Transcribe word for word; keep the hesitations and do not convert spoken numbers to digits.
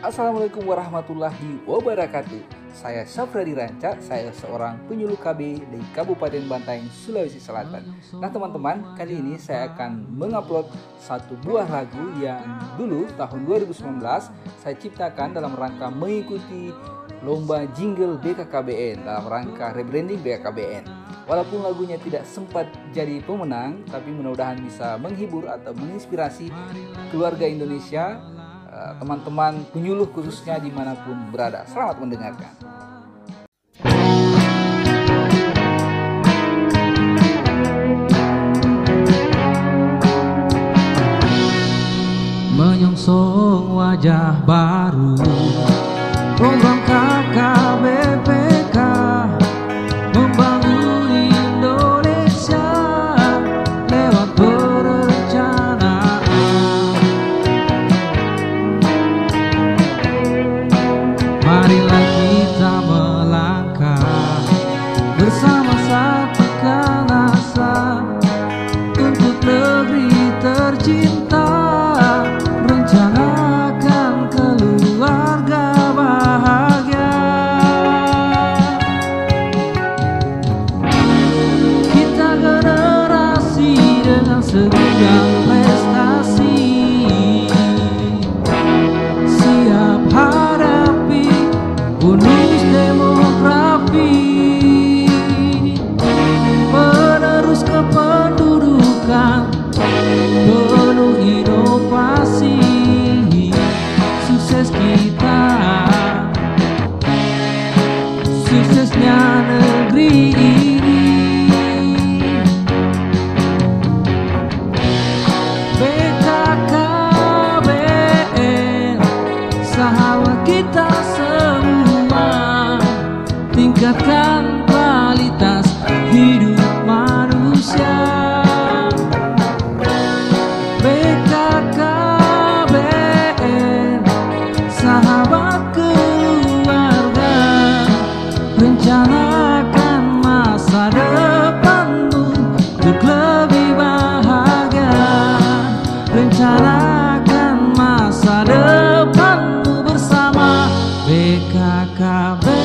Assalamualaikum warahmatullahi wabarakatuh. Saya Syafradi Ranca, saya seorang penyuluh K B di Kabupaten Bantaeng, Sulawesi Selatan. Nah teman-teman, kali ini saya akan mengupload satu buah lagu yang dulu tahun dua ribu sembilan belas saya ciptakan dalam rangka mengikuti lomba jingle B K K B N dalam rangka rebranding B K K B N. Walaupun lagunya tidak sempat jadi pemenang, tapi mudah-mudahan bisa menghibur atau menginspirasi keluarga Indonesia, teman-teman penyuluh khususnya dimanapun berada. Selamat mendengarkan. Menyongsong wajah baru, program K K B P K membangun Indonesia lewat perencanaan. Marilah kita melangkah bersama satukan asa untuk negeri tercinta. Rencanakan keluarga bahagia. Kita generasi dengan segudang prestasi, siap hadapi bonus demografi, menerus kependudukan penuh inovasi. Sukses kita, suksesnya negeri ini. B K K B N, sahabat kita semua, tingkatkan kualitas hidup manusia. B K K B N, sahabat keluarga, rencanakan masa depanmu untuk lebih bahagia. Rencanakan masa depanmu bersama B K K B N.